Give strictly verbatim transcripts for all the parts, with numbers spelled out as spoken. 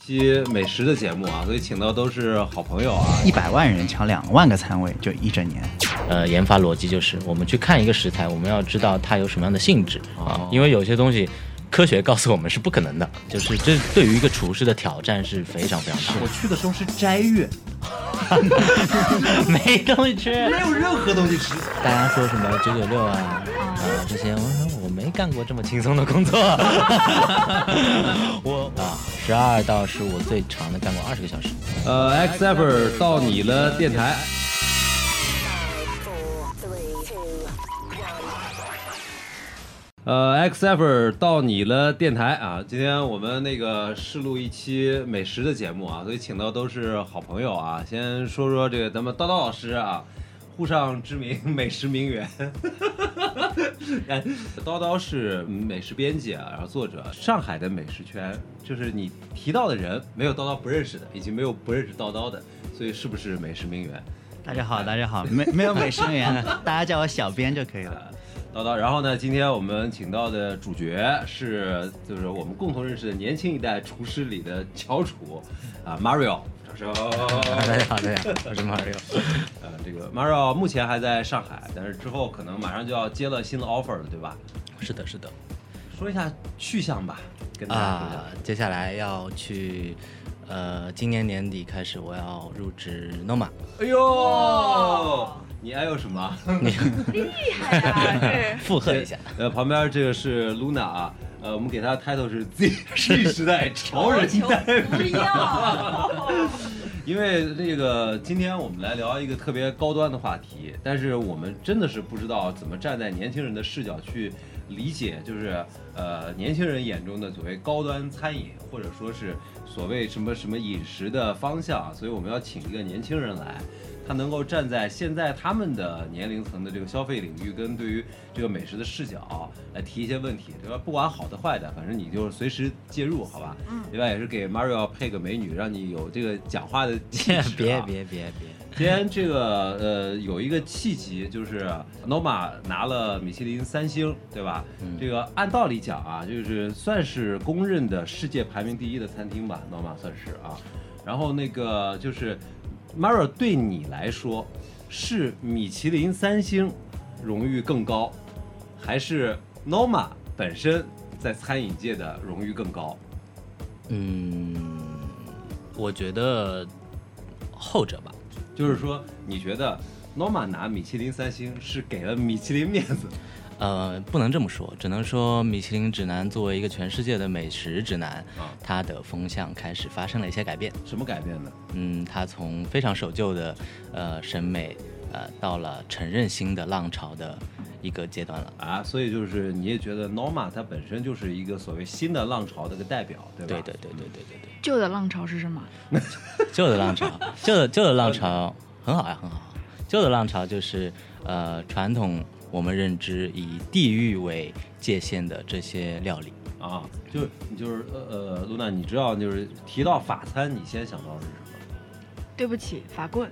期美食的节目啊，所以请到都是好朋友啊。 一百万人抢两万个餐位，就一整年。 呃，研发逻辑就是我们去看一个食材，我们要知道它有什么样的性质啊，因为有些东西科学告诉我们是不可能的，就是这对于一个厨师的挑战是非常非常大的。 我去的时候是斋月， 没东西吃， 没有任何东西吃。 大家说什么九九六啊，呃这些，我说我没干过这么轻松的工作。我啊，十二到十五最长的干过二十个小时。 呃 ，X Effort 到你了电台。呃 ，X Effort 到你了电台啊！今天我们那个试录一期美食的节目啊，所以请到都是好朋友啊。先说说这个咱们叨叨老师啊，沪上知名美食名媛。叨叨是美食编辑啊，然后作者。上海的美食圈，就是你提到的人，没有叨叨不认识的，以及没有不认识叨叨的，所以是不是美食名媛？ 大家好，大家好，没没有美食名媛，大家叫我小编就可以了。 叨叨，然后呢，今天我们请到的主角是，就是我们共同认识的年轻一代厨师里的翘楚啊 ，Mario， 掌声！ 大家好，大家好，我是 Mario。 呃，这个 Mario 目前还在上海，但是之后可能马上就要接了新的 offer 了，对吧？ 是的，是的。 说一下去向吧，跟大家说一下。 啊，接下来要去，呃，今年年底开始我要入职 Noma。 哎呦！你还有什么？ 厉害啊！对， 附和一下。 呃，旁边这个是 Luna 啊，呃，我们给她的 title 是 Z Z 时代潮人代不要。 因为这个，今天我们来聊一个特别高端的话题，但是我们真的是不知道怎么站在年轻人的视角去理解，就是呃年轻人眼中的所谓高端餐饮，或者说是所谓什么什么饮食的方向，所以我们要请一个年轻人来。他能够站在现在他们的年龄层的这个消费领域跟对于这个美食的视角来提一些问题，对吧？不管好的坏的，反正你就随时介入，好吧？嗯，对吧？也是给 Mario 配个美女，让你有这个讲话的气质、啊。 别别别别！ 今天这个呃有一个契机，就是 Noma 拿了米其林三星，对吧？嗯、这个按道理讲啊，就是算是公认的世界排名第一的餐厅吧 ，Noma 算是啊。然后那个就是。Mario 对你来说，是米其林三星荣誉更高，还是 Noma 本身在餐饮界的荣誉更高？ 嗯，我觉得后者吧。 就是说，你觉得 Noma 拿米其林三星是给了米其林面子？ 呃，不能这么说，只能说米其林指南作为一个全世界的美食指南，啊、它的风向开始发生了一些改变。 什么改变呢？ 嗯，它从非常守旧的呃审美，呃，到了承认新的浪潮的一个阶段了啊。所以就是你也觉得 Noma 它本身就是一个所谓新的浪潮的一个代表，对吧？ 对对对对对对对。 旧的浪潮是什么？ 旧的浪潮，旧的旧的浪潮很好呀，很好。旧的浪潮就是呃传统。我们认知以地域为界限的这些料理啊，就你就是呃呃，露娜，你知道就是提到法餐，你先想到的是什么？ 对不起，法棍。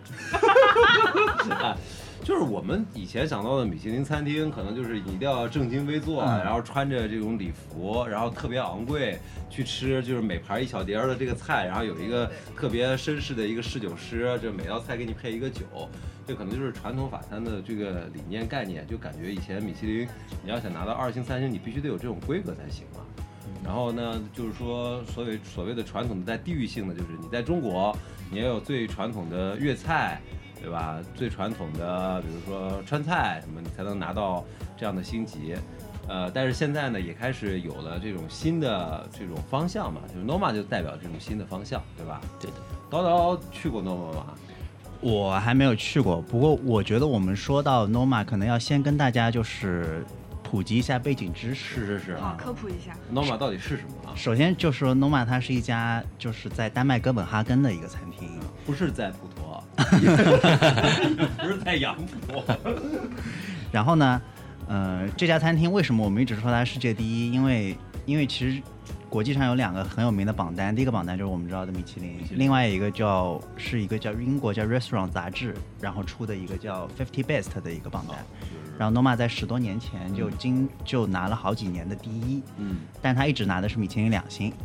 啊，就是我们以前想到的米其林餐厅，可能就是你一定要正襟危坐，嗯、然后穿着这种礼服，然后特别昂贵去吃，就是每盘一小碟的这个菜，然后有一个特别绅士的一个侍酒师，这每道菜给你配一个酒。这可能就是传统法餐的这个理念概念，就感觉以前米其林你要想拿到二星三星，你必须得有这种规格才行嘛。然后呢，就是说所谓所谓的传统的带地域性的，就是你在中国，你也有最传统的粤菜，对吧？最传统的比如说川菜什么，你才能拿到这样的星级。呃，但是现在呢，也开始有了这种新的这种方向嘛，就是 Noma 就代表这种新的方向，对吧？ 对的。 叨叨去过 Noma 吗？ 我还没有去过，不过我觉得我们说到 Noma， 可能要先跟大家就是普及一下背景知识。 是是是啊，科普一下 Noma 到底是什么啊？ 首先就是说 Noma 它是一家就是在丹麦哥本哈根的一个餐厅， 不是在普陀，不是在杨浦。 然后呢，呃，这家餐厅为什么我们一直说它世界第一？因为因为其实。国际上有两个很有名的榜单，第一个榜单就是我们知道的米其林，另外一个叫是一个叫英国叫 Restaurant 杂志，然后出的一个叫 Fifty Best 的一个榜单。然后 Noma 在十多年前就经就拿了好几年的第一，嗯，但他一直拿的是米其林两星。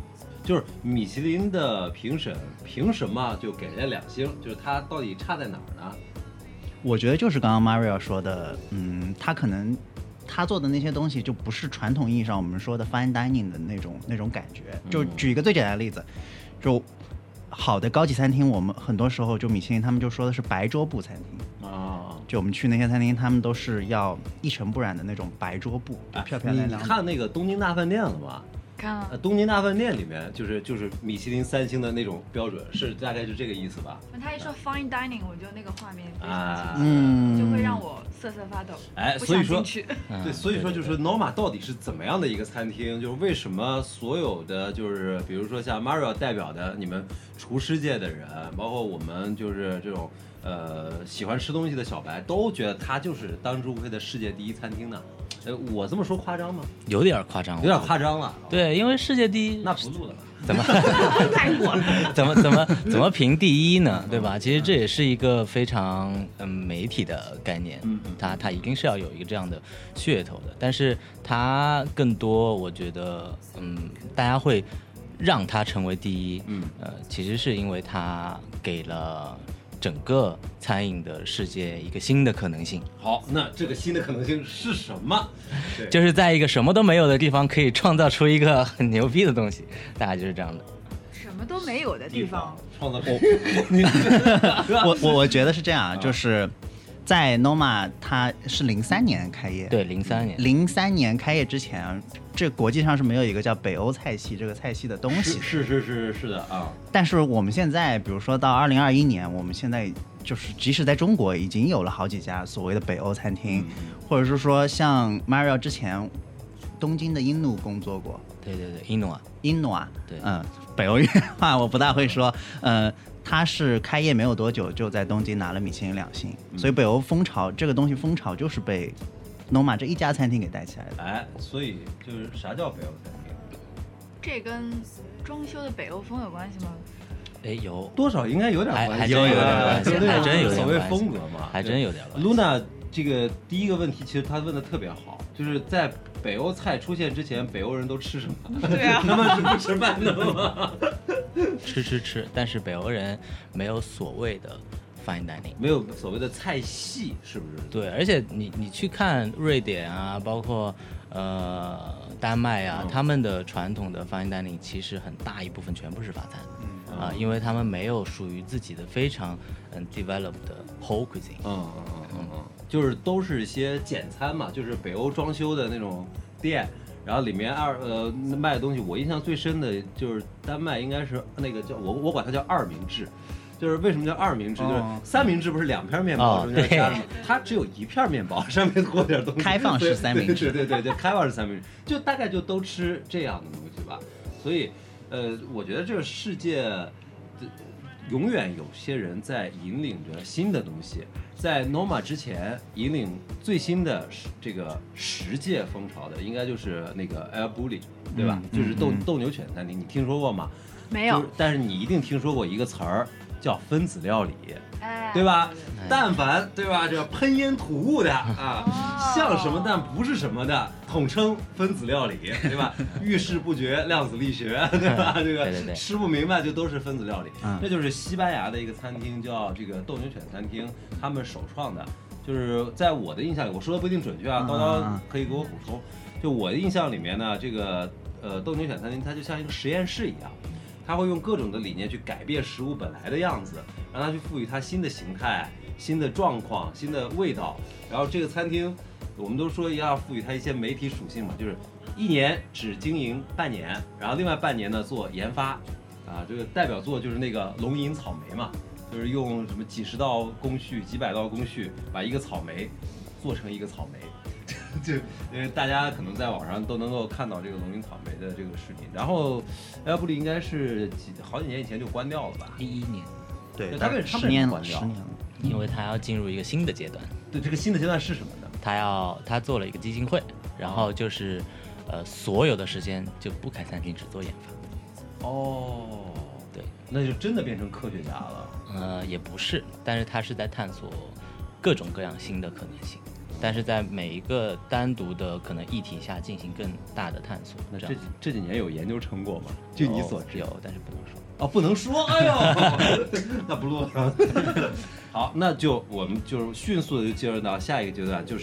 就是米其林的评审凭什么就给人家两星？就是它到底差在哪儿呢？ 我觉得就是刚刚 Mario 说的，嗯，他可能他做的那些东西就不是传统意义上我们说的 fine dining 的那种那种感觉。就举一个最简单的例子，就好的高级餐厅，我们很多时候就米其林他们就说的是白桌布餐厅啊， 就我们去那些餐厅，他们都是要一尘不染的那种白桌布，就漂漂亮亮。 你看那个东京大饭店了吗？ 看了、 呃，东京大饭店里面就是就是米其林三星的那种标准，是大概是这个意思吧？ 他一说 fine dining， 我觉得那个画面非常啊， 嗯， 就会让我瑟瑟发抖。 哎， 不所以说， 想进去对，所以说就是 Noma 到底是怎么样的一个餐厅？就是为什么所有的就是比如说像 Mario 代表的你们厨师界的人，包括我们就是这种呃喜欢吃东西的小白，都觉得它就是当之无愧的世界第一餐厅呢？呃，我这么说夸张吗？ 有点夸张， 有点夸张了。 对，因为世界第一， 那不录了吧？ 怎么太过了？ 怎么怎么怎么评第一呢？对吧？其实这也是一个非常嗯媒体的概念， 嗯嗯， 它它一定是要有一个这样的噱头的，但是它更多，我觉得嗯，大家会让它成为第一， 嗯呃，其实是因为它给了整个餐饮的世界一个新的可能性。 好，那这个新的可能性是什么？对， 就是在一个什么都没有的地方，可以创造出一个很牛逼的东西，大概就是这样的。 什么都没有的地方， 创造出我我我觉得是这样啊，就是在 Noma 它是零三年开业， 对，零三年， 零三年开业之前，这国际上是没有一个叫北欧菜系这个菜系的东西。 是是是是的啊。 但是我们现在，比如说到二零二一年，我们现在就是即使在中国已经有了好几家所谓的北欧餐厅， 嗯、 或者是说像 Mario 之前东京的英努工作过。 对对对，英努啊， 英努啊， 对， 嗯，北欧话我不大会说，呃。他是开业没有多久就在东京拿了米其林两星， 嗯、 所以北欧风潮这个东西风潮就是被 Noma 这一家餐厅给带起来的。 哎，所以就是啥叫北欧餐厅？ 这跟装修的北欧风有关系吗？ 哎，有多少应该有点关系， 还真有点关系，还真有点所谓风格嘛， 还真有点关系。 Luna 这个第一个问题其实他问的特别好，就是在北欧菜出现之前，北欧人都吃什么？ 对啊， 他们是不吃饭的吗？ 吃吃吃，但是北欧人没有所谓的 fine dining， 没有所谓的菜系，是不是？ 对，而且你你去看瑞典啊，包括呃丹麦啊， 嗯、 他们的传统的 fine dining 其实很大一部分全部是法餐，嗯啊、呃，因为他们没有属于自己的非常嗯 developed 的 whole cuisine， 嗯嗯嗯嗯，就是都是一些简餐嘛，就是北欧装修的那种店。然后里面二呃卖的东西，我印象最深的就是丹麦应该是那个叫我我管它叫二明治，就是为什么叫二明治？ 哦、 就是三明治不是两片面包中间夹的吗？它只有一片面包，上面裹点东西。 开放式三明治， 对对对对，开放式三明治，就大概就都吃这样的东西吧。所以呃，我觉得这个世界永远有些人在引领着新的东西。在 Noma 之前，引领最新的这个十届风潮的，应该就是那个 El Bulli， 对吧？ 嗯、 就是斗嗯、 斗牛犬餐厅，你听说过吗？ 没有。 但是你一定听说过一个词儿，叫分子料理， 哎、 对吧？但凡对吧，这喷烟吐雾的啊， 哦、 像什么但不是什么的，统称分子料理，对吧？遇事不决，量子力学，对吧？这个对对对吃不明白就都是分子料理。 嗯、 这就是西班牙的一个餐厅，叫这个斗牛犬餐厅，他们首创的。就是在我的印象里，我说的不一定准确啊，叨叨可以给我补充。就我的印象里面呢，这个呃斗牛犬餐厅它就像一个实验室一样，它会用各种的理念去改变食物本来的样子，让它去赋予它新的形态、新的状况、新的味道。然后这个餐厅，我们都说要赋予它一些媒体属性嘛，就是一年只经营半年，然后另外半年呢做研发。啊，这个代表作就是那个龙吟草莓嘛。就是用什么几十道工序、几百道工序，把一个草莓做成一个草莓，就因为大家可能在网上都能够看到这个龙吟草莓的这个视频。然后 El Bulli 应该是几好几年以前就关掉了吧？ 一一年， 对， 他为十年了， 十年了， 因为他要进入一个新的阶段。 对，这个新的阶段是什么呢？ 他要他做了一个基金会，然后就是呃所有的时间就不开餐厅，只做研发。 哦， 对， 那就真的变成科学家了。 呃，也不是，但是他是在探索各种各样新的可能性。 但是在每一个单独的可能议题下进行更大的探索。 那这几这几年有研究成果吗？据你所知？ 有，但是不能说。 哦，不能说，哎呦，那不录了。好，那就我们就迅速的就进入到下一个阶段，就是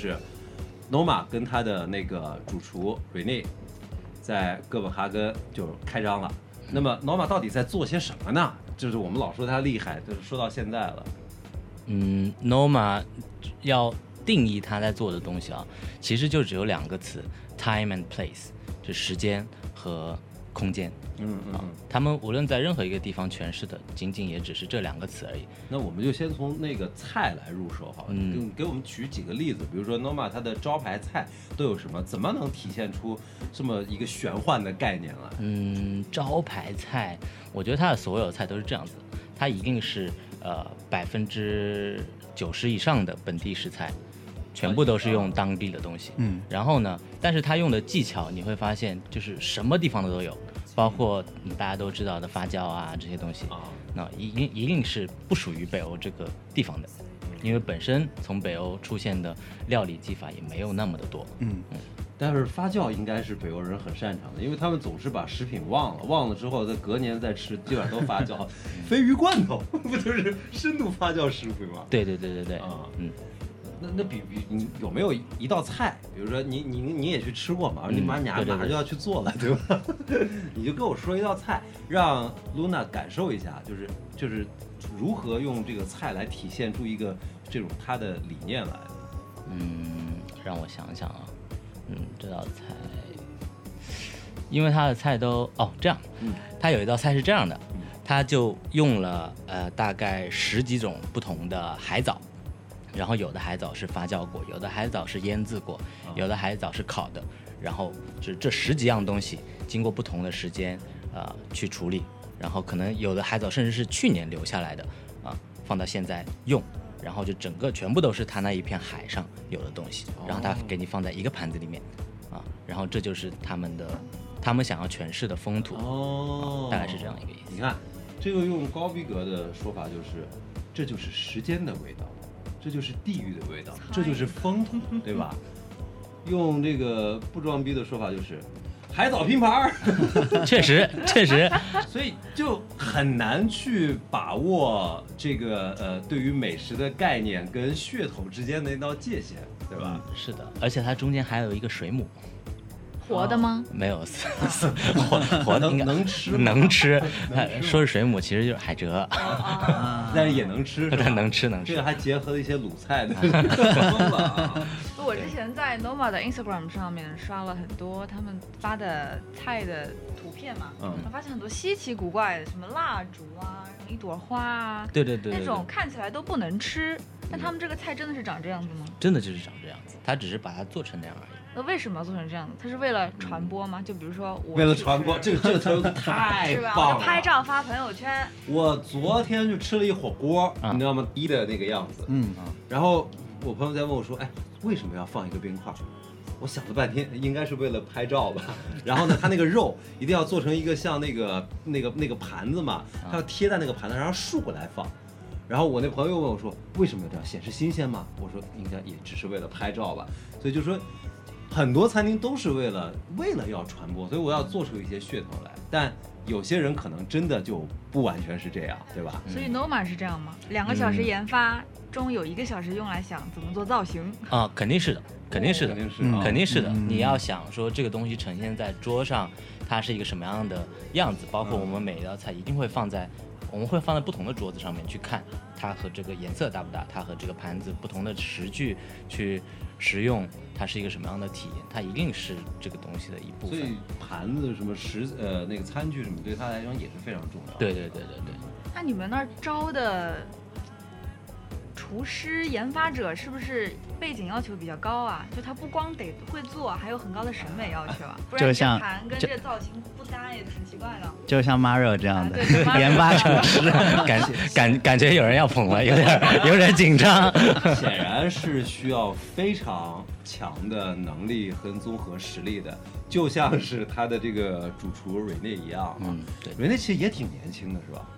Noma 跟他的那个主厨 Rene 在哥本哈根就开张了。那么 Noma 到底在做些什么呢？就是我们老说他厉害，就是说到现在了。 嗯 ，Noma 要定义他在做的东西啊，其实就只有两个词 ：time and place， 就时间和空间。 嗯嗯、啊， 他们无论在任何一个地方诠释的，仅仅也只是这两个词而已。 那我们就先从那个菜来入手好了，嗯，给我们举几个例子，比如说 Noma 它的招牌菜都有什么？怎么能体现出这么一个玄幻的概念来？ 嗯，招牌菜，我觉得它的所有菜都是这样子，它一定是呃百分之九十以上的本地食材。全部都是用当地的东西，嗯，然后呢，但是他用的技巧你会发现，就是什么地方的都有，包括、嗯、大家都知道的发酵啊这些东西，啊，那一定一定是不属于北欧这个地方的，因为本身从北欧出现的料理技法也没有那么的多，嗯嗯。 但是发酵应该是北欧人很擅长的，因为他们总是把食品忘了，忘了之后在隔年再吃，基本上都发酵。鲱鱼罐头不就是深度发酵食品吗？ 对对对对对，啊，嗯。 那那比比你有没有一道菜，比如说你你你也去吃过嘛？嗯、你马马马上就要去做了，对吧？你就跟我说一道菜，让 Luna 感受一下，就是就是如何用这个菜来体现出一个这种他的理念来。 嗯，让我想想啊，嗯，这道菜，因为他的菜都哦这样，嗯，他有一道菜是这样的，他就用了呃大概十几种不同的海藻。然后有的海藻是发酵过，有的海藻是腌制过，有的海藻是烤的，然后就这十几样东西经过不同的时间呃去处理，然后可能有的海藻甚至是去年留下来的啊、呃，放到现在用，然后就整个全部都是它那一片海上有的东西，然后它给你放在一个盘子里面啊，然后这就是他们的他们想要诠释的风土哦、啊，大概是这样一个意思。 你看，这个用高逼格的说法就是，这就是时间的味道。这就是地域的味道，这就是风土，对吧？用这个不装逼的说法就是海藻拼盘儿， 确实确实， 所以就很难去把握这个呃对于美食的概念跟噱头之间的那道界限，对吧？ 嗯、是的，而且它中间还有一个水母。 活的吗？ 没有，活活的应该能吃， 能吃。说是水母，其实就是海蜇， 但是也能吃， 但能吃能吃。 这个还结合了一些鲁菜的。 我之前在 Noma 的 Instagram 上面刷了很多他们发的菜的图片嘛，嗯，我发现很多稀奇古怪的，什么蜡烛啊，什么一朵花啊， 对对 对, 对， 那种看起来都不能吃。那他们这个菜真的是长这样子吗？ 真的就是长这样子，他只是把它做成那样而已。 那为什么要做成这样子？它是为了传播吗？就比如说我为了传播，这个这个词太棒了， 我就拍照发朋友圈。 我昨天就吃了一火锅，啊、你知道吗？低的那个样子，嗯啊。然后我朋友在问我说：“哎，为什么要放一个冰块？”我想了半天，应该是为了拍照吧。然后呢，它那个肉一定要做成一个像那个那个那个盘子嘛，它要贴在那个盘子，然后竖过来放。然后我那朋友问我说：“为什么要这样？显示新鲜吗？”我说：“应该也只是为了拍照吧。”所以就说。很多餐厅都是为了为了要传播，所以我要做出一些噱头来。但有些人可能真的就不完全是这样，对吧？ 所以 Noma 是这样吗？两个小时研发、嗯、中有一个小时用来想怎么做造型啊，肯定是的，肯定是的， 肯定是、 嗯、肯定是的、嗯。你要想说这个东西呈现在桌上，它是一个什么样的样子，包括我们每一道菜一定会放在。我们会放在不同的桌子上面去看它和这个颜色搭不搭，它和这个盘子不同的食具去食用，它是一个什么样的体验，它一定是这个东西的一部分。 所以盘子什么食呃那个餐具什么对他来讲也是非常重要。 对对对对对。 那你们那儿招的厨师研发者是不是背景要求比较高啊？就他不光得会做，还有很高的审美要求啊，不然这盘跟这个造型不搭也挺奇怪的。 就像 Mario 这样的、啊、研发厨师， 感感感觉有人要捧了，有点有点紧张。 显然是需要非常强的能力和综合实力的，就像是他的这个主厨 Rene 一样。嗯，对 ，Rene 其实也挺年轻的，是吧？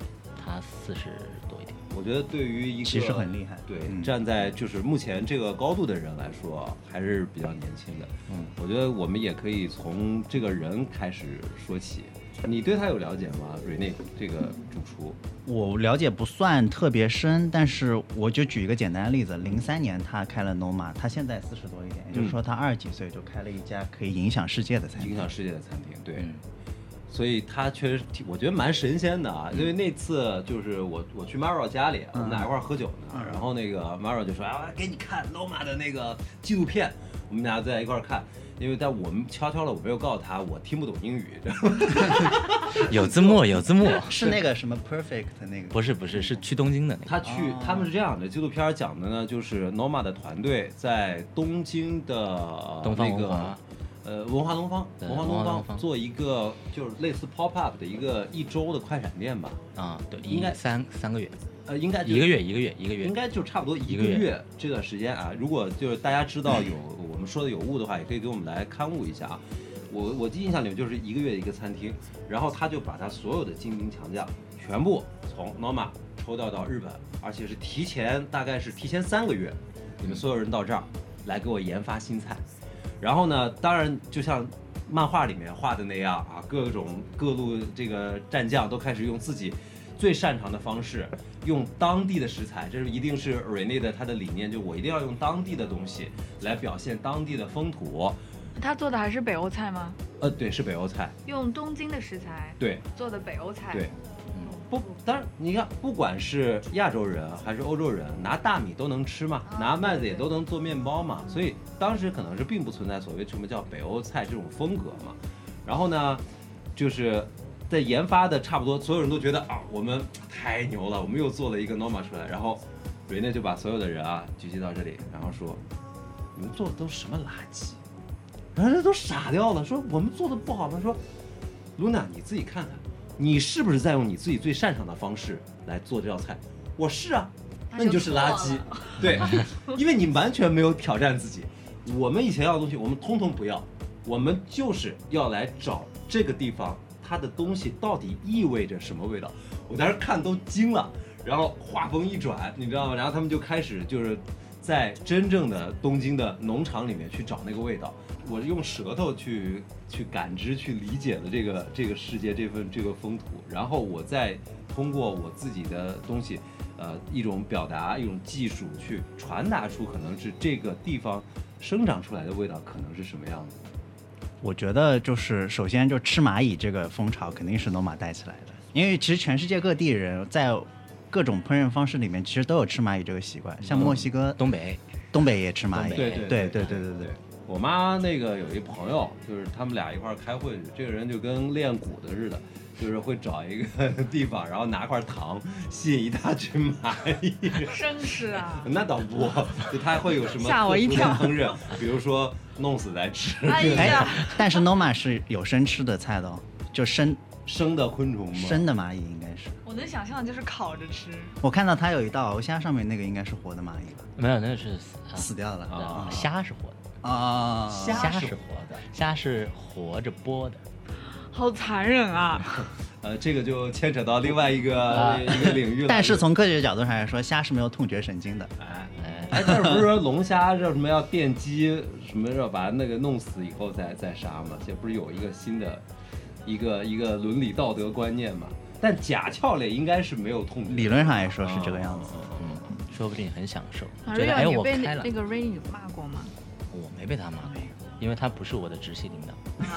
他四十多一点。 我觉得对于一个其实很厉害， 对、 嗯， 站在就是目前这个高度的人来说，还是比较年轻的。嗯，我觉得我们也可以从这个人开始说起。你对他有了解吗？瑞内这个主厨， 我了解不算特别深，但是我就举一个简单的例子，零三年他开了 Noma， 他现在四十多一点，也就是说他二十几岁就开了一家可以影响世界的餐厅， 影响世界的餐厅，对。 嗯， 所以他确实挺，我觉得蛮神仙的啊。因为那次就是我我去 Maro 家里，我们俩一块儿喝酒呢， 嗯、 然后那个 Maro 就说：“啊，给你看 Noma 的那个纪录片。”我们俩在一块儿看。因为在我们悄悄的，我没有告诉他我听不懂英语。 有字幕，有字幕。 是那个什么 Perfect 那个？ 不是不是，是去东京的那个。 他去，哦、他们是这样的，纪录片讲的呢，就是 Noma 的团队在东京的东方那个呃文化东方，文化东方做一个就是类似 pop up 的一个一周的快闪店吧。 啊，对， 应该三三个月。 呃，应该一个月，一个月，一个月， 应该就差不多一个月这段时间啊。如果就是大家知道有我们说的有误的话，也可以给我们来刊物一下啊。我我记印象里面就是一个月一个餐厅，然后他就把他所有的精兵强将全部从 Noma 抽调到日本，而且是提前大概是提前三个月，你们所有人到这儿来给我研发新菜。然后呢，当然就像漫画里面画的那样啊，各种各路这个战将都开始用自己最擅长的方式，用当地的食材，这是一定是瑞内的他的理念，就我一定要用当地的东西来表现当地的风土。 他做的还是北欧菜吗？ 呃，对，是北欧菜， 用东京的食材， 对， 做的北欧菜， 对，嗯，不，当然你看，不管是亚洲人还是欧洲人，拿大米都能吃嘛， 啊、 拿麦子也都能做面包嘛，所以当时可能是并不存在所谓什么叫北欧菜这种风格嘛。然后呢，就是在研发的差不多，所有人都觉得啊，我们太牛了，我们又做了一个 Noma 出来。然后瑞内就把所有的人啊聚集到这里，然后说：“你们做的都是什么垃圾？”然后人都傻掉了，说：“我们做的不好吗？”说：“Luna，你自己看看，你是不是在用你自己最擅长的方式来做这道菜？”我是啊，那你就是垃圾。对，因为你完全没有挑战自己。我们以前要的东西，我们通通不要，我们就是要来找这个地方它的东西到底意味着什么味道。我当时看都惊了，然后话锋一转，你知道吗？然后他们就开始就是在真正的东京的农场里面去找那个味道。我用舌头去去感知、去理解了这个这个世界、这份这个风土，然后我再通过我自己的东西，呃，一种表达、一种技术去传达出可能是这个地方生长出来的味道可能是什么样子。 我觉得就是首先就吃蚂蚁这个风潮肯定是 Noma 带起来的，因为其实全世界各地人在各种烹饪方式里面其实都有吃蚂蚁这个习惯，像墨西哥、 嗯、东北、 东北也吃蚂蚁， 对对对对对对对对。 我妈那个有一朋友，就是他们俩一块儿开会去，这个人就跟练鼓的似的，就是会找一个地方，然后拿块糖吸引一大群蚂蚁。 生吃啊？ 那倒不，就他会有什么吓我一跳烹饪，比如说弄死再吃。 哎呀， 但是 Noma 是有生吃的菜的哦，就生生的昆虫吗？ 生的蚂蚁应该是。 我能想象的就是烤着吃。 我看到它有一道鳌虾，上面那个应该是活的蚂蚁吧？ 没有，那个是、啊、 死掉了啊。虾是活的。 啊， 虾是活的，虾是活着剥的， 好残忍啊！ 呃，这个就牵扯到另外一个、啊、一个领域了。 但是从科学角度上来说，虾是没有痛觉神经的。 哎哎，但是不是说龙虾叫什么要电击，什么要把那个弄死以后再再杀吗？这不是有一个新的一个一个伦理道德观念吗？但甲壳类应该是没有痛觉， 理论上来说是这个样子。 嗯，说不定很享受。 啊， 觉得哎，我开了。 那个 Ray 骂过吗？ 我没被他骂过，因为他不是我的直系领导。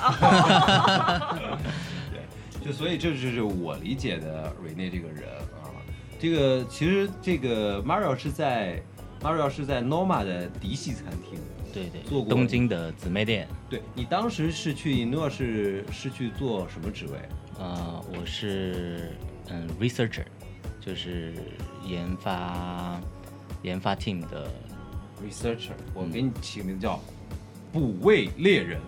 对，就所以这就是我理解的瑞内这个人啊。这个其实这个 Mario 是在 Mario 是在 Noma 的嫡系餐厅， 对对， 做过东京的姊妹店。 对，你当时是去 Innova 是是去做什么职位？ 呃，我是嗯 researcher， 就是研发研发 team 的。 researcher， 我给你起个名字叫捕味猎人，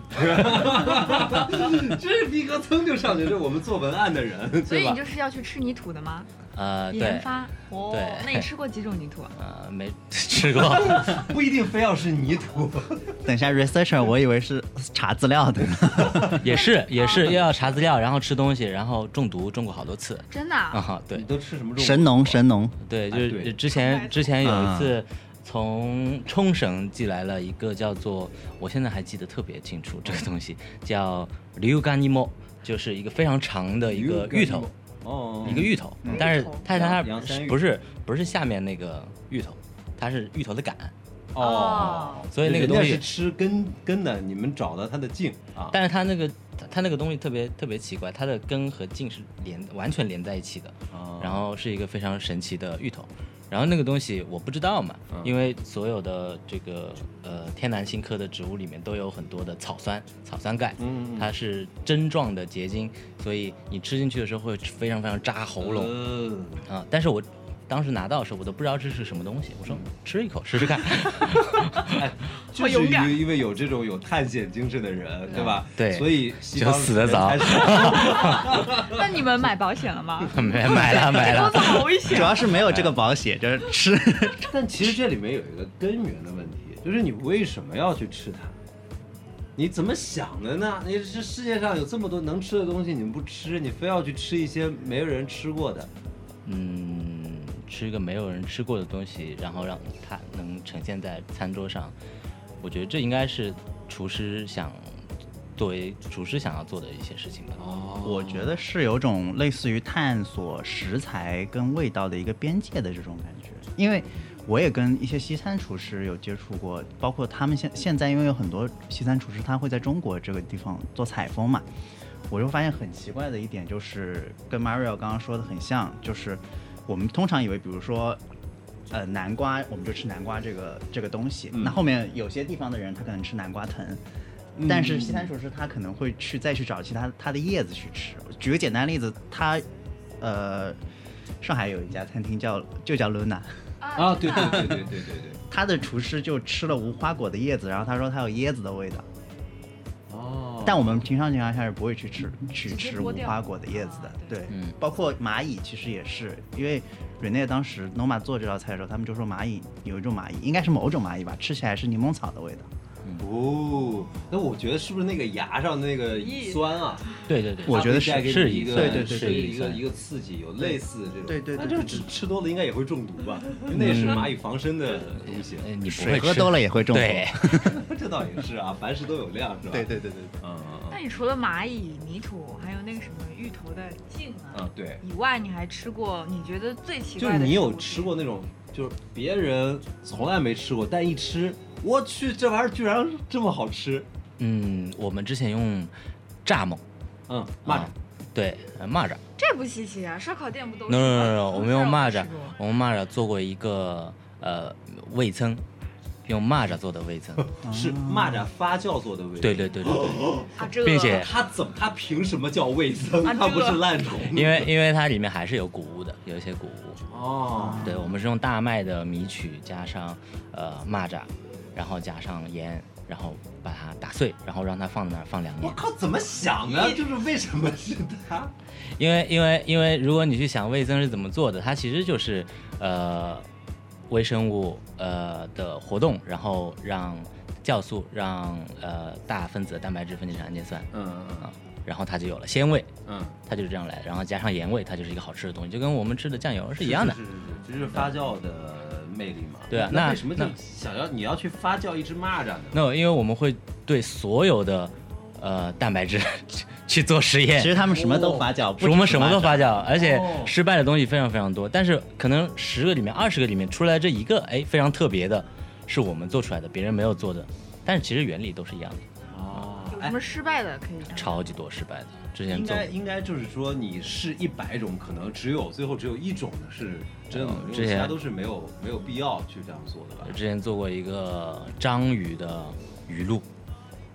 这是逼格噌就上去，这是我们做文案的人， 所以你就是要去吃泥土的吗？ 呃， 研发哦， 对， 那你吃过几种泥土？ 呃，没吃过， 不一定非要是泥土。 等一下 ，researcher， 我以为是查资料的， 也是也是又要查资料，然后吃东西，然后中毒中过好多次。 真的啊？ 啊，对。 你都吃什么？ 神农，神农。 对，就是哎、 之前之前有一次。从冲绳寄来了一个叫做，我现在还记得特别清楚，这个东西叫ryuガニモ，就是一个非常长的一个芋头， 哦， 一个芋头，嗯、但是它它不是不是下面那个芋头，它是芋头的杆。 哦， 所以那个东西是吃根根的，你们找到它的茎啊。 但是它那个它那个东西特别特别奇怪，它的根和茎是连完全连在一起的，哦、然后是一个非常神奇的芋头。然后那个东西我不知道嘛，嗯、因为所有的这个呃天南星科的植物里面都有很多的草酸草酸钙，嗯，它是针状的结晶，所以你吃进去的时候会非常非常扎喉咙，嗯、啊！但是我当时拿到的时候我都不知道这是什么东西，我说、嗯、吃一口试试看， 哎，就是因为有这种有探险精神的人，对吧？ 对， 所以西方就死得早。 那你们买保险了吗？ 没买了买了， 好危险。 主要是没有这个保险，就是吃。 但其实这里面有一个根源的问题，就是你为什么要去吃它？你怎么想的呢？你这世界上有这么多能吃的东西，你们不吃，你非要去吃一些没有人吃过的。 嗯，吃一个没有人吃过的东西，然后让它能呈现在餐桌上，我觉得这应该是厨师想作为厨师想要做的一些事情吧。 哦，我觉得是有种类似于探索食材跟味道的一个边界的这种感觉，因为我也跟一些西餐厨师有接触过，包括他们现现在因为有很多西餐厨师他会在中国这个地方做采风嘛。我就发现很奇怪的一点，就是跟 Mario 刚刚说的很像，就是我们通常以为，比如说，呃，南瓜，我们就吃南瓜这个这个东西。嗯、那后面有些地方的人，他可能吃南瓜藤，嗯、但是西餐厨师他可能会去再去找其他它的叶子去吃。举个简单例子，他，呃，上海有一家餐厅叫就叫 Luna。 啊，对对对对对对对。 他的厨师就吃了无花果的叶子，然后他说他有椰子的味道。哦，但我们平常情况下是不会去吃去吃无花果的叶子的，啊、对，嗯，包括蚂蚁其实也是，因为 Rene 当时 Noma 做这道菜的时候，他们就说蚂蚁有一种蚂蚁，应该是某种蚂蚁吧，吃起来是柠檬草的味道。 哦，那我觉得是不是那个牙上那个乙酸啊？ 对对对， 我觉得是是一个， 对对对是一个一个刺激，有类似这种。 对对对， 那这吃吃多了应该也会中毒吧？因为那是蚂蚁防身的东西。 你水喝多了也会中毒。 对， 这倒也是啊，凡事都有量，是吧？ 对对对对， 嗯。 那你除了蚂蚁、泥土，还有那个什么芋头的茎啊， 嗯，对， 以外，你还吃过你觉得最奇怪的？ 就是你有吃过那种，就是别人从来没吃过，但一吃。我去，这玩意儿居然这么好吃！ 嗯，我们之前用蚱蜢， 嗯，蚂蚱， 啊、对，蚂蚱， 这不稀奇啊，烧烤店不都是 ？No No No， 我们用蚂蚱，我们蚂蚱做过一个呃味噌，用蚂蚱做的味噌， 是蚂蚱发酵做的味噌。 对对对对对， 啊、这并且它怎么，它凭什么叫味噌？ 啊、 它不是烂虫？ 因为因为它里面还是有谷物的，有一些谷物。 哦， 对，我们是用大麦的米曲加上呃蚂蚱。然后加上盐，然后把它打碎，然后让它放在那儿放两年。 我靠，怎么想的？就是为什么是它？ 因为因为因为如果你去想味噌是怎么做的，它其实就是呃微生物呃的活动，然后让酵素让呃大分子的蛋白质分解成氨基酸，嗯嗯嗯、啊，然后它就有了鲜味，嗯，它就是这样来，然后加上盐味，它就是一个好吃的东西，就跟我们吃的酱油是一样的。 是是是，这是发酵的。魅力嘛， 对啊， 那为什么就想要你要去发酵一只蚂蚱呢？ 那因为我们会对所有的呃蛋白质去做实验， 其实他们什么都发酵， 我们什么都发酵，而且失败的东西非常非常多。但是可能十个里面、二十个里面出来这一个，哎，非常特别的，是我们做出来的，别人没有做的。但是其实原理都是一样的。 哦， 有什么失败的可以？ 超级多失败的。之前应该应该就是说，你试一百种，可能只有最后只有一种的是真的，因为其他都是没有没有必要去这样做的吧。 之前做过一个章鱼的鱼露，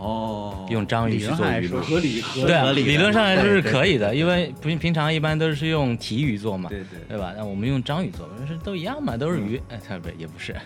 哦，用章鱼去做语录， 合理合对啊，理论上来说是可以的，因为平平常一般都是用提鱼做嘛， 对对， 对吧？那我们用章鱼做，是都一样嘛，都是鱼，哎，不也不是，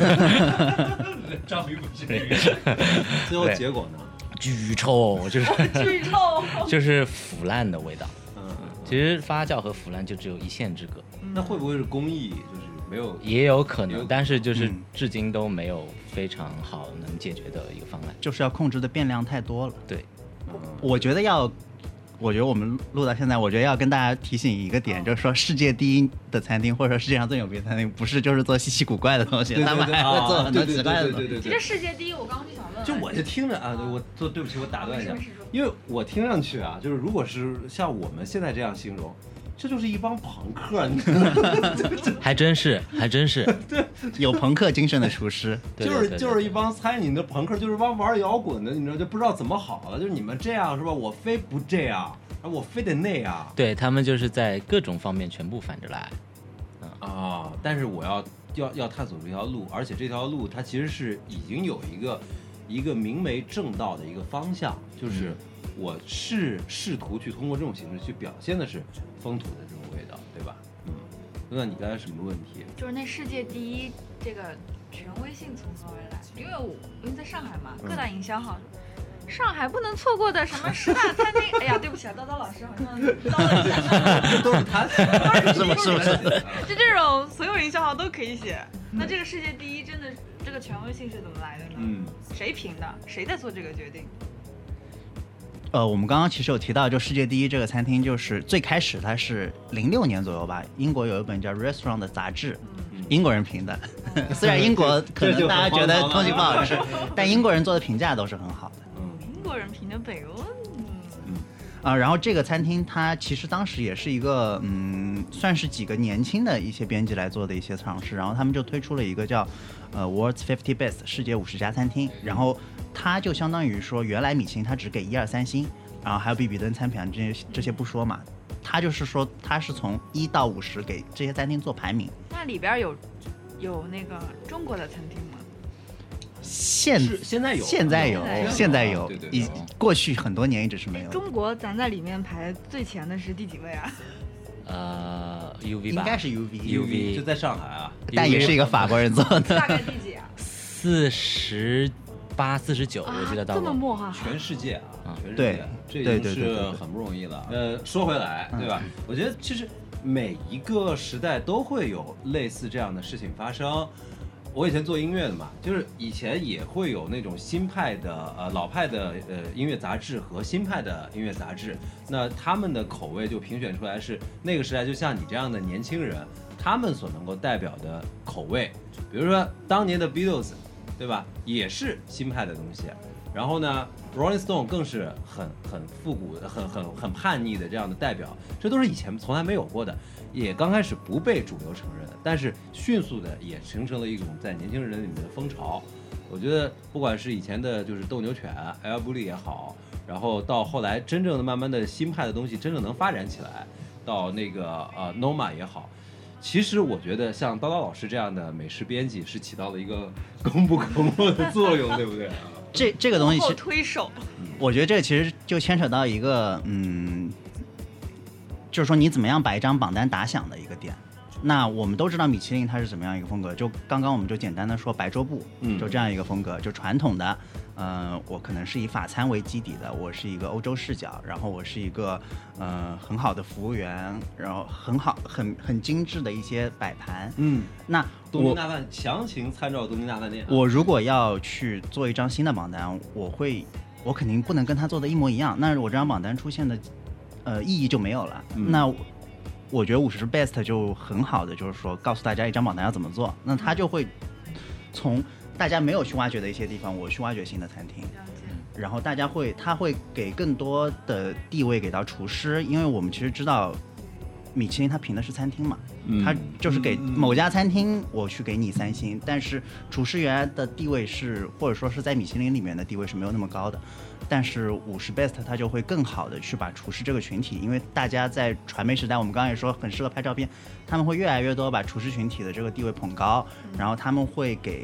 章鱼不是鱼，最后结果呢？ 巨臭，就是巨臭， 就是腐烂的味道。嗯，其实发酵和腐烂就只有一线之隔。 那会不会是工艺就是没有？ 也有可能，但是就是至今都没有非常好能解决的一个方案， 就是要控制的变量太多了。 对， 我觉得要。我觉得我们录到现在，我觉得要跟大家提醒一个点，就是说世界第一的餐厅，或者说世界上最牛逼的餐厅，不是就是做稀奇古怪的东西，他们还会做很多奇怪的东西。 其实世界第一，我刚刚就想问， 就我就听着啊，我做对不起，我打断一下，因为我听上去啊，就是如果是像我们现在这样形容，这就是一帮朋克，你知道吗？ 还真是，还真是， 对，有朋克精神的厨师， 就是就是一帮餐饮的朋克，就是帮玩摇滚的，你知道就不知道怎么好了，就是你们这样是吧？我非不这样。我非得那样， 对他们就是在各种方面全部反着来， 嗯啊！但是我要要要探索这条路，而且这条路它其实是已经有一个一个明媒正道的一个方向，就是我是试图去通过这种形式去表现的是风土的这种味道，对吧？嗯，那你刚才什么问题？ 就是那世界第一这个权威性从何而来？因为我因为在上海嘛，各大营销号。嗯上海不能错过的什么十大餐厅？哎呀，对不起啊，叨叨老师好像叨了一下， 都是他， 是不是？不是？ 就这种所有营销号都可以写。那这个世界第一真的这个权威性是怎么来的呢？嗯，谁评的？谁在做这个决定？ 呃，我们刚刚其实有提到，就世界第一这个餐厅，就是最开始它是零六年左右吧，英国有一本叫《Restaurant》的杂志。英国人评的，虽然英国可能大家觉得东西不好吃，但英国人做的评价都是很好的。 嗯，英国人评的北欧。 嗯啊，然后这个餐厅它其实当时也是一个嗯，算是几个年轻的一些编辑来做的一些尝试，然后他们就推出了一个叫呃 World's Fifty Best 世界五十家餐厅，然后它就相当于说原来米其林它只给一二三星，然后还有比比登餐评这些这些不说嘛。他就是说，他是从一到五十给这些餐厅做排名。 那里边有有那个中国的餐厅吗？ 现现在有， 现在有，现在有，以过去很多年一直是没有。 中国咱在里面排最前的是第几位啊？ 呃 ，U V 吧， 应该是 U V，U V 就在上海啊， 但也是一个法国人做的。 大概第几啊？ 四十。八四十九，我记得到过。 这么默哈， 全世界啊，全世界， 这已经是很不容易了。呃，说回来，对吧？我觉得其实每一个时代都会有类似这样的事情发生。我以前做音乐的嘛，就是以前也会有那种新派的呃老派的呃音乐杂志和新派的音乐杂志，那他们的口味就评选出来是那个时代，就像你这样的年轻人，他们所能够代表的口味，比如说当年的 Beatles。对吧？也是新派的东西，然后呢 ，Rolling Stone 更是很很复古的、很很很叛逆的这样的代表，这都是以前从来没有过的，也刚开始不被主流承认的，但是迅速的也形成了一种在年轻人里面的风潮。我觉得不管是以前的就是斗牛犬、L B 也好，然后到后来真正的慢慢的新派的东西真正能发展起来，到那个呃 Noma 也好。其实我觉得像叨叨老师这样的美食编辑是起到了一个功不可没的作用，对不对？ 这这个东西是推手， 我觉得这个其实就牵扯到一个嗯，就是说你怎么样把一张榜单打响的一个点。那我们都知道米其林它是怎么样一个风格，就刚刚我们就简单的说白桌布，嗯，就这样一个风格，就传统的，呃，我可能是以法餐为基底的，我是一个欧洲视角，然后我是一个呃很好的服务员，然后很好很很精致的一些摆盘，嗯，那东京大饭强行参照东京大饭店。 我如果要去做一张新的榜单，我会我肯定不能跟他做的一模一样，那我这张榜单出现的呃意义就没有了，嗯、那。我觉得五十 best 就很好的，就是说告诉大家一张榜单要怎么做，那他就会从大家没有去挖掘的一些地方，我去挖掘新的餐厅，然后大家会他会给更多的地位给到厨师，因为我们其实知道米其林它评的是餐厅嘛，嗯、它就是给某家餐厅我去给你三星，但是厨师原来的地位是或者说是在米其林里面的地位是没有那么高的。但是五十 best 它就会更好的去把厨师这个群体，因为大家在传媒时代，我们刚刚也说很适合拍照片，他们会越来越多把厨师群体的这个地位捧高，然后他们会给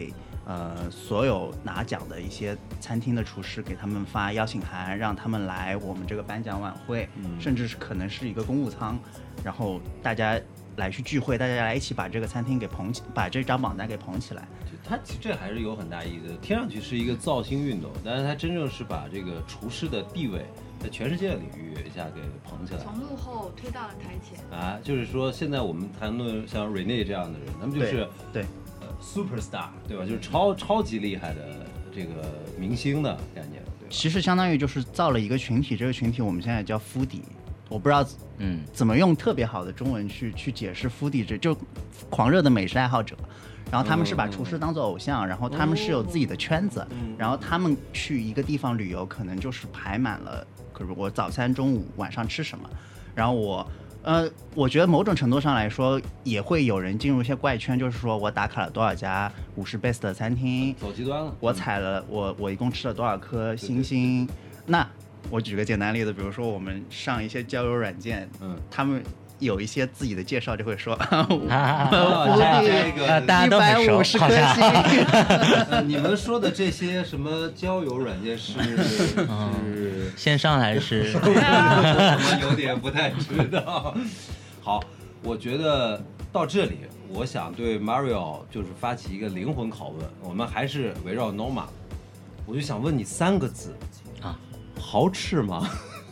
呃所有拿奖的一些餐厅的厨师给他们发邀请函，让他们来我们这个颁奖晚会，嗯、甚至是可能是一个公务舱，然后大家来去聚会，大家来一起把这个餐厅给捧起，把这张榜单给捧起来。 它其实这还是有很大意义的，听上去是一个造星运动，但是它真正是把这个厨师的地位在全世界领域一下给捧起来， 从幕后推到了台前啊，就是说现在我们谈论像 Rene 这样的人，他们就是对，对呃 superstar 对吧？就是超超级厉害的这个明星的概念，对吧？ 其实相当于就是造了一个群体，这个群体我们现在叫foodie，我不知道嗯怎么用特别好的中文去去解释foodie，这就狂热的美食爱好者。然后他们是把厨师当做偶像，然后他们是有自己的圈子，然后他们去一个地方旅游，可能就是排满了，可是我早餐、中午、晚上吃什么，然后我，呃，我觉得某种程度上来说，也会有人进入一些怪圈，就是说我打卡了多少家五十 best 的餐厅， 走极端了， 我踩了我我一共吃了多少颗星星，那我举个简单例子，比如说我们上一些交友软件，嗯，他们有一些自己的介绍就会说， 这个大家都很熟， 一百五十颗星。 你们说的这些什么交友软件是是线上还是？ 我有点不太知道。好，我觉得到这里，我想对 Mario 就是发起一个灵魂拷问，我们还是围绕 Noma， 我就想问你三个字啊， 好吃吗？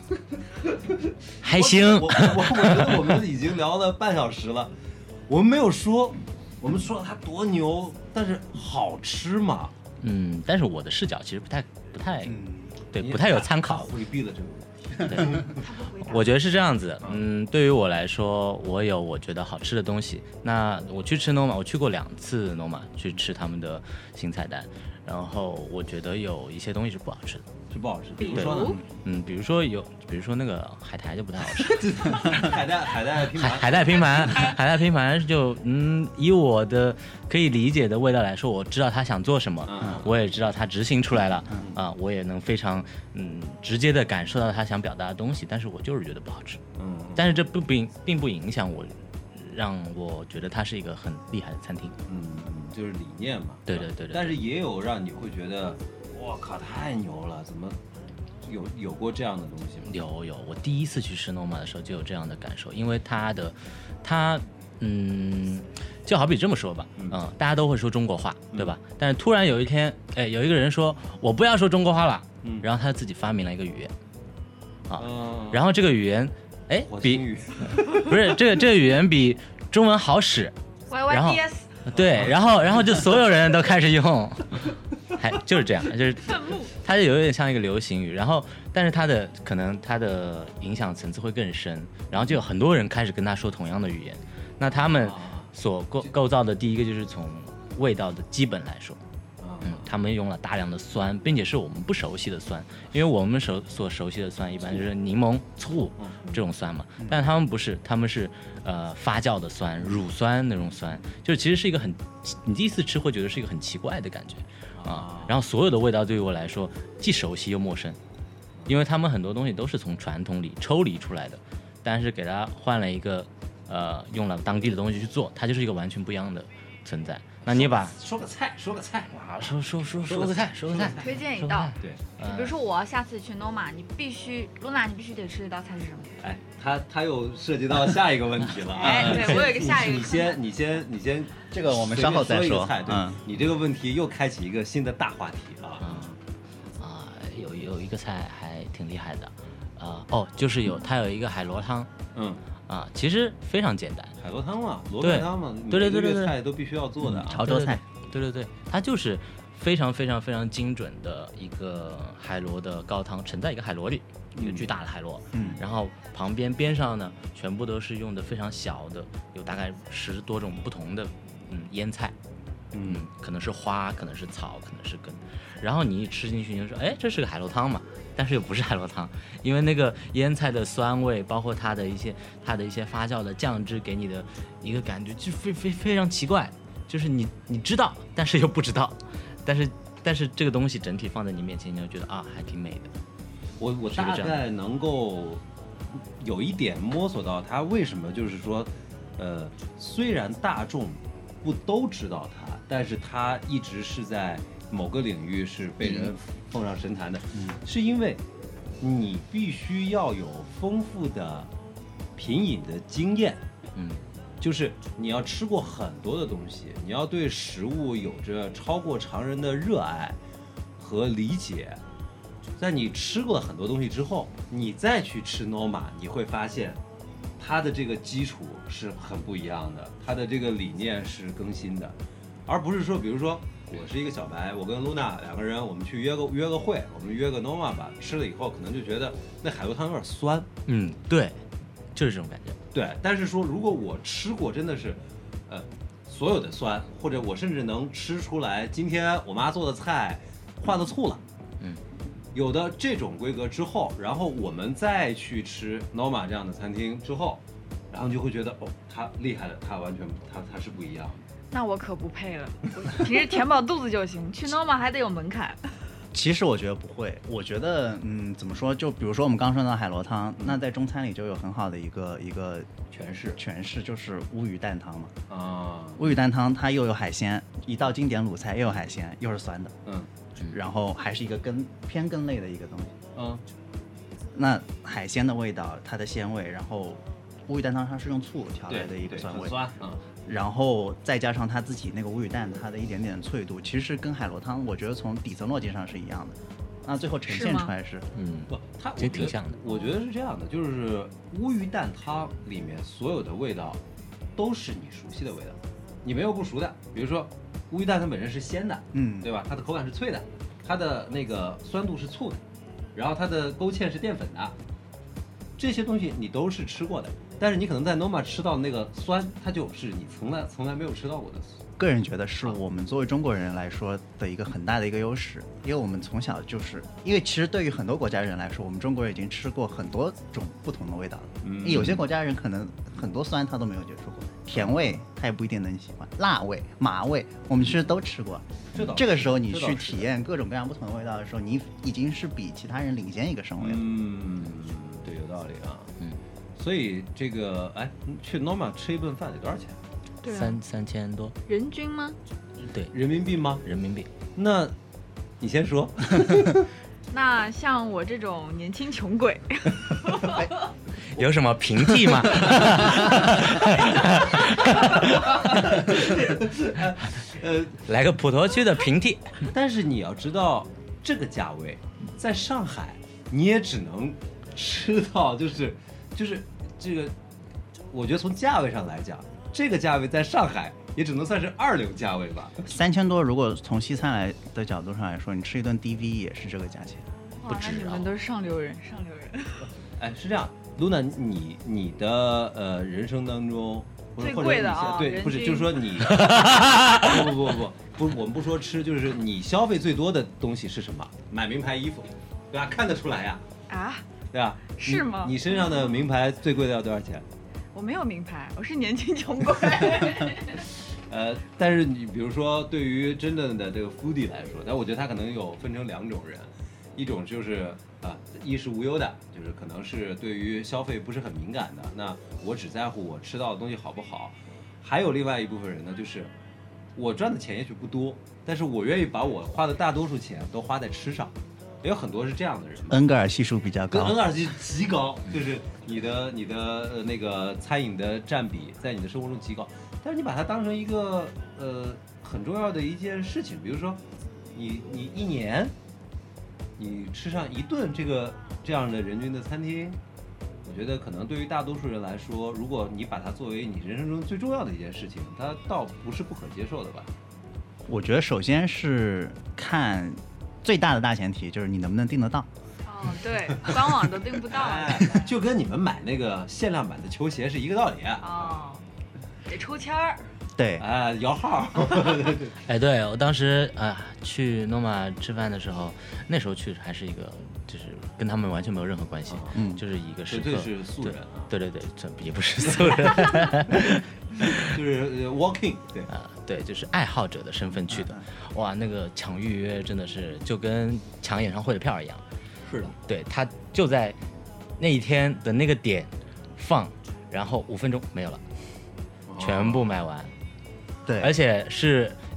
还行， 我我我我觉得我们已经聊了半小时了，我们没有说，我们说它多牛，但是好吃吗？ 嗯，但是我的视角其实不太不太，嗯、对，不太有参考， 回避了这个问题。 对，我觉得是这样子。嗯，对于我来说，我有我觉得好吃的东西。那我去吃 Noma， 我去过两次 Noma， 去吃他们的新菜单，然后我觉得有一些东西是不好吃的。 是不好吃，比如说呢？ 嗯，比如说有，比如说那个海苔就不太好吃。 海带海带拼盘， 海海带拼盘，海带拼盘就嗯，以我的可以理解的味道来说，我知道他想做什么，嗯、我也知道他执行出来了，嗯、啊，我也能非常嗯直接的感受到他想表达的东西，但是我就是觉得不好吃。嗯，但是这不并并不影响我，让我觉得它是一个很厉害的餐厅。 嗯，就是理念嘛。 对对 对, 对, 对。 但是也有让你会觉得。我靠，太牛了！怎么有有过这样的东西吗？ 有有，我第一次去吃 Noma 的时候就有这样的感受，因为它的，它，嗯，就好比这么说吧，嗯，嗯大家都会说中国话，对吧？嗯、但是突然有一天，哎，有一个人说我不要说中国话了，嗯，然后他自己发明了一个语言，啊，嗯、然后这个语言，哎，比不是这个这个语言比中文好使，然后对，然后然后就所有人都开始用。还就是这样，就是它就有点像一个流行语，然后但是它的可能它的影响层次会更深，然后就有很多人开始跟他说同样的语言，那他们所构构造的第一个就是从味道的基本来说，嗯，他们用了大量的酸，并且是我们不熟悉的酸，因为我们熟所熟悉的酸一般就是柠檬、醋这种酸嘛，但是他们不是，他们是呃发酵的酸、乳酸那种酸，就是其实是一个很，你第一次吃会觉得是一个很奇怪的感觉。啊，然后所有的味道对于我来说既熟悉又陌生，因为他们很多东西都是从传统里抽离出来的，但是给它换了一个，呃，用了当地的东西去做，它就是一个完全不一样的存在。那你把说个菜，说个菜， 啊，说说说说个菜，说个菜， 推荐一道， 对， 就比如说我要下次去 Noma， 你必须 Luna， 你必须得吃这道菜是什么？ 哎，他他又涉及到下一个问题了啊！ 哎，对我有一个下一个， 你先你先你先， 这个我们稍后再说。 菜，对，嗯、你这个问题又开启一个新的大话题啊！ 啊、呃，有有一个菜还挺厉害的，啊、呃、哦，就是有它有一个海螺汤，嗯。啊，其实非常简单， 海螺汤嘛，螺盖汤嘛， 对对对对对， 菜都必须要做的、啊嗯、潮州菜， 对对对，它就是非常非常非常精准的一个海螺的高汤，盛在一个海螺里，一个巨大的海螺，嗯，然后旁边边上呢，全部都是用的非常小的，有大概十多种不同的嗯腌菜，嗯，可能是花，可能是草，可能是根，然后你一吃进去，你就说，哎，这是个海螺汤嘛。但是又不是海螺汤，因为那个腌菜的酸味，包括它的一些它的一些发酵的酱汁给你的一个感觉，就非非非常奇怪，就是你你知道，但是又不知道，但是但是这个东西整体放在你面前，你就觉得啊，还挺美的。 我我大概能够有一点摸索到它为什么就是说，呃，虽然大众不都知道它， 但是它一直是在某个领域是被人奉上神坛的，嗯，是因为你必须要有丰富的品饮的经验， 嗯， 就是你要吃过很多的东西，你要对食物有着超过常人的热爱和理解。在你吃过了很多东西之后，你再去吃 Noma， 你会发现它的这个基础是很不一样的，它的这个理念是更新的，而不是说，比如说我是一个小白，我跟 Luna 两个人，我们去约个约个会，我们约个 Noma 吧，吃了以后可能就觉得那海螺汤有点酸， 嗯，对，就是这种感觉。 对，但是说如果我吃过真的是，呃，所有的酸，或者我甚至能吃出来今天我妈做的菜换了醋了， 嗯， 有的这种规格之后，然后我们再去吃 Noma 这样的餐厅之后，然后你就会觉得哦，它厉害了，它完全它它是不一样的。 那我可不配了，我平时填饱肚子就行，去 Noma 还得有门槛。 其实我觉得不会，我觉得嗯，怎么说？就比如说我们刚说到海螺汤，那在中餐里就有很好的一个一个诠释， 诠释就是乌鱼蛋汤嘛。 啊， 乌鱼蛋汤它又有海鲜，一道经典鲁菜又有海鲜，又是酸的， 嗯， 然后还是一个根偏根类的一个东西。 嗯， 那海鲜的味道，它的鲜味，然后乌鱼蛋汤它是用醋调来的一个酸味， 酸，嗯。 然后再加上它自己那个乌鱼蛋，它的一点点脆度，其实跟海螺汤，我觉得从底层逻辑上是一样的。那最后呈现出来是， 嗯， 不，它其实挺像的。 我觉得是这样的，就是乌鱼蛋汤里面所有的味道都是你熟悉的味道，你没有不熟的。比如说乌鱼蛋它本身是鲜的， 嗯， 对吧？它的口感是脆的，它的那个酸度是醋的，然后它的勾芡是淀粉的，这些东西你都是吃过的。但是你可能在 Noma 吃到那个酸，它就是你从来从来没有吃到过的酸。 个人觉得是我们作为中国人来说的一个很大的一个优势，因为我们从小就是，因为其实对于很多国家人来说，我们中国人已经吃过很多种不同的味道了。嗯，有些国家人可能很多酸他都没有接触过，甜味他也不一定能喜欢，辣味、麻味我们其实都吃过。 这这个时候你去体验各种各样不同的味道的时候，你已经是比其他人领先一个身位了。 嗯，对，有道理啊。嗯。所以这个，哎，去 Noma 吃一顿饭得多少钱？ 对、啊， 三三千多。 人均吗？ 对， 人民币吗？ 人民币。 那，你先说。 那像我这种年轻穷鬼， 有什么平替吗？呃，来个普陀区的平替。 但是你要知道，这个价位，在上海你也只能吃到，就是就是这个，我觉得从价位上来讲，这个价位在上海也只能算是二流价位吧。 三千多，如果从西餐来的角度上来说，你吃一顿 D V 也是这个价钱， 不止啊！你们都是上流人，上流人。 哎，是这样 ，Luna， 你你的呃人生当中最贵的啊， 对，不是，就是说你不不不不不，我们不说吃，就是你消费最多的东西是什么？买名牌衣服，对吧？看得出来呀。 啊？ 对吧？ 是吗？ 你身上的名牌最贵的要多少钱？ 我没有名牌，我是年轻穷鬼。 呃，但是你比如说，对于真正的这个 foodie 来说，但我觉得他可能有分成两种人，一种就是啊，衣食无忧的，就是可能是对于消费不是很敏感的，那我只在乎我吃到的东西好不好。还有另外一部分人呢，就是我赚的钱也许不多，但是我愿意把我花的大多数钱都花在吃上。也有很多是这样的人， 恩格尔系数比较高， 恩格尔系极高，就是你的你的呃那个餐饮的占比在你的生活中极高，但是你把它当成一个呃很重要的一件事情，比如说你你一年你吃上一顿这个这样的人均的餐厅，我觉得可能对于大多数人来说，如果你把它作为你人生中最重要的一件事情，它倒不是不可接受的吧。 我觉得首先是看最大的大前提就是你能不能订得到。 哦，对，官网都订不到、 哎，就跟你们买那个限量版的球鞋是一个道理。 哦，得抽签儿。 对， 哎，摇号。 哎，对我当时啊、呃、去 Noma 吃饭的时候，那时候去还是一个，就是跟他们完全没有任何关系，嗯，就是一个食客， 这是素人啊。 对对对，这也不是素人。 就是 walking， 对啊、呃，对，就是爱好者的身份去的。哇，那个抢预约真的是就跟抢演唱会的票一样。 是的， 对，他就在那一天的那个点放，然后五分钟没有了，全部卖完。 对， 而且是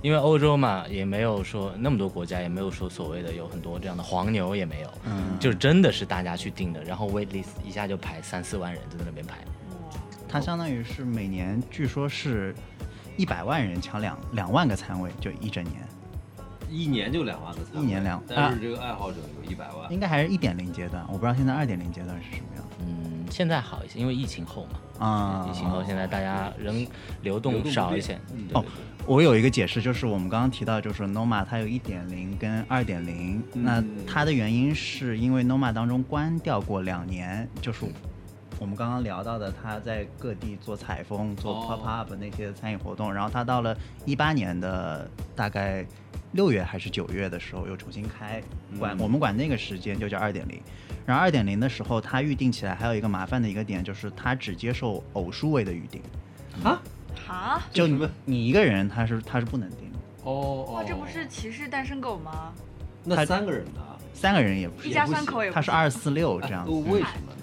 因为欧洲嘛，也没有说那么多国家，也没有说所谓的有很多这样的黄牛，也没有，嗯，就是真的是大家去订的，然后 wait list 一下就排三四万人就在那边排。 它相当于是每年据说是一百万人抢两两万个餐位，就一整年。 一年就两万个餐位， 一年两， 但是这个爱好者有一百万， 应该还是一点零阶段，我不知道现在二点零阶段是什么样。 嗯，现在好一些，因为疫情后嘛， 啊、 疫情后现在大家人流动少一些。 嗯、 哦，我有一个解释，就是我们刚刚提到，就是 Noma 它有一点零跟二点零，那它的原因是因为 Noma 当中关掉过两年，就是我们刚刚聊到的，他在各地做采风、做 pop up 那些餐饮活动，然后他到了一八年的大概六月还是九月的时候又重新开，管、嗯、我们管那个时间就叫二点零。然后二点零的时候，他预定起来还有一个麻烦的一个点，就是他只接受偶数位的预定。 啊啊！ 就你你一个人他是他是不能订的。 哦哇，这不是歧视单身狗吗？ 那三个人呢？ 三个人也不是， 一家三口也不是， 他是二四六这样子。 为什么呢？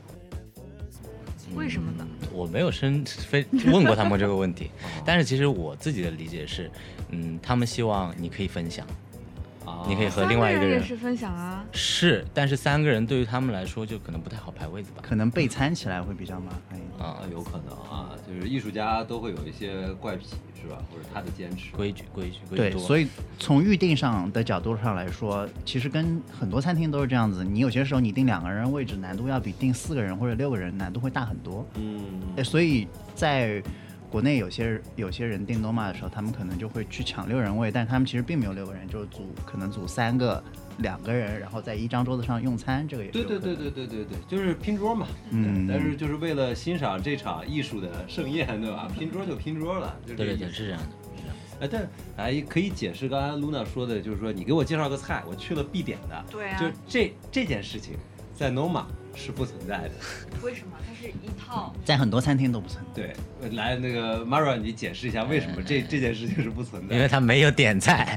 为什么呢？ 我没有深非问过他们这个问题，但是其实我自己的理解是，嗯，他们希望你可以分享，啊、你可以和另外一个人， 三个人也是分享啊。 是，但是三个人对于他们来说就可能不太好排位子吧？ 可能备餐起来会比较麻烦一点啊，有可能啊，就是艺术家都会有一些怪癖，是吧？或者他的坚持， 规矩规矩规矩。对，所以从预定上的角度上来说，其实跟很多餐厅都是这样子。你有些时候你订两个人位置，难度要比订四个人或者六个人难度会大很多。嗯，所以在国内有些有些人订 Noma 的时候，他们可能就会去抢六人位，但是他们其实并没有六个人，就是组可能组三个、两个人，然后在一张桌子上用餐，这个也是对对对对对对对，就是拼桌嘛。嗯，但是就是为了欣赏这场艺术的盛宴，对吧？拼桌就拼桌了，就对对对，是这样的。 哎，但哎，可以解释刚才 Luna 说的，就是说你给我介绍个菜，我去了必点的， 对啊， 就这这件事情，在 Noma 是不存在的。 为什么？它是一套， 在很多餐厅都不存在。 对，来那个 Mara， 你解释一下为什么这、嗯、这件事情是不存在的？ 因为它没有点菜，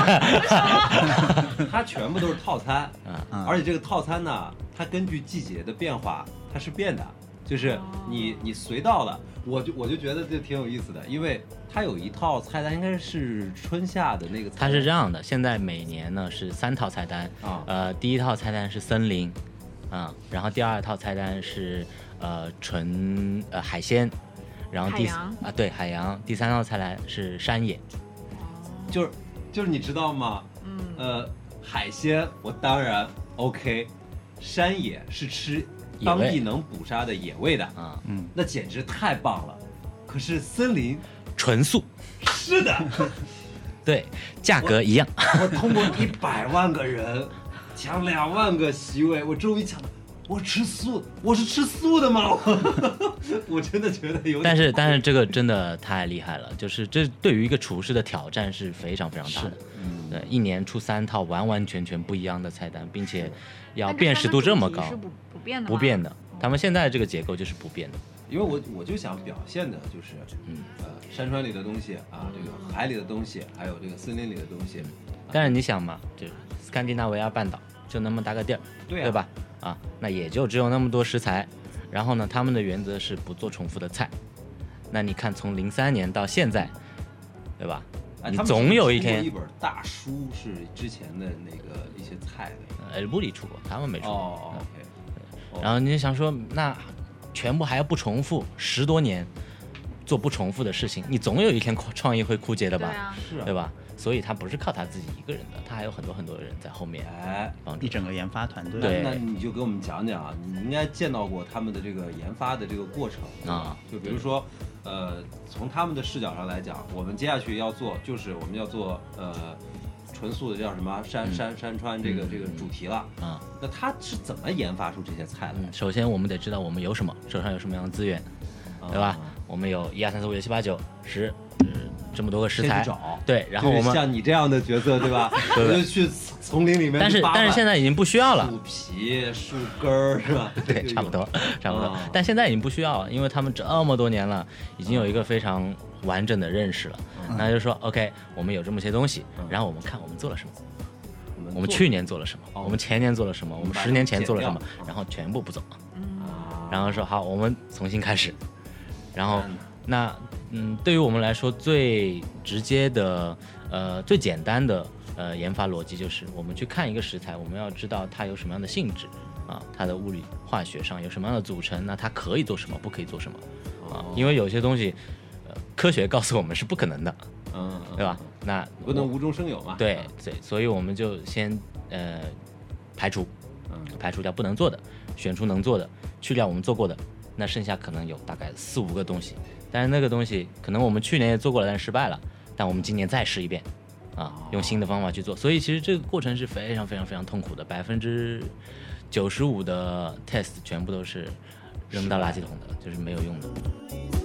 它全部都是套餐，嗯，而且这个套餐呢，它根据季节的变化，它是变的，就是你你随到了。我就我就觉得这挺有意思的，因为它有一套菜单，应该是春夏的那个菜单。 它是这样的，现在每年呢是三套菜单啊，呃，第一套菜单是森林，啊、嗯，然后第二套菜单是呃纯呃海鲜，然后第啊对海洋，第三套菜单是山野， 就是就是你知道吗？嗯，呃，海鲜我当然 OK， 山野是吃当地能捕杀的野味的啊，嗯，那简直太棒了。可是森林纯素， 是的， 对，价格一样。 我, 我通过一百万个人抢两万个席位，我终于抢到。我吃素，我是吃素的吗？我真的觉得有点。 但是但是这个真的太厉害了，就是这对于一个厨师的挑战是非常非常大的。嗯，对，一年出三套完完全全不一样的菜单，并且要辨识度这么高， 是不不变的， 不变的。他们现在这个结构就是不变的。 因为我我就想表现的就是，嗯呃，山川里的东西啊，这个海里的东西，还有这个森林里的东西。 但是你想嘛，就是斯堪的纳维亚半岛就那么大个地儿， 对、啊、 对吧？啊，那也就只有那么多食材。然后呢，他们的原则是不做重复的菜。那你看，从零三年到现在，对吧？ 哎、 你总有一天有一本大书是之前的那个一些菜的。 呃，布里出过，他们没出过。 哦 ，OK。 然后你想说，那全部还要不重复，十多年做不重复的事情，你总有一天创意会枯竭的吧？ 对啊， 是啊， 对吧？所以他不是靠他自己一个人的，他还有很多很多的人在后面， 哎， 一整个研发团队。 对， 那你就给我们讲讲啊，你应该见到过他们的这个研发的这个过程啊，就比如说，呃，从他们的视角上来讲，我们接下去要做，就是我们要做呃纯素的叫什么山山山川这个、嗯、这个主题了啊。那他是怎么研发出这些菜来、 嗯？首先我们得知道我们有什么，手上有什么样的资源，啊、对吧？我们有一二三四五六七八九十。这么多个食材，对，然后我们像你这样的角色，对吧？我就去丛林里面， 但是但是现在已经不需要了， 树皮、树根儿是吧？ 对，差不多，差不多。哦、但现在已经不需要了，因为他们这么多年了，已经有一个非常完整的认识了。嗯、那就说 OK， 我们有这么些东西，嗯、然后我们看我们做了什么，我们, 我们去年做了什么，哦、我们前年做了什么，我们十年前做了什么，然后全部不走，嗯、然后说好，我们重新开始，然后、嗯、那。嗯，对于我们来说最直接的呃，最简单的呃研发逻辑就是我们去看一个食材，我们要知道它有什么样的性质啊，它的物理化学上有什么样的组成，那它可以做什么，不可以做什么啊？因为有些东西，呃，科学告诉我们是不可能的， 嗯， 对吧？那不能无中生有嘛。 对对，所以我们就先呃排除，排除掉不能做的，选出能做的，去掉我们做过的，那剩下可能有大概四五个东西，但是那个东西可能我们去年也做过了，但失败了，但我们今年再试一遍，啊，用新的方法去做，所以其实这个过程是非常非常非常痛苦的，百分之九十五的 test 全部都是扔到垃圾桶的，就是没有用的。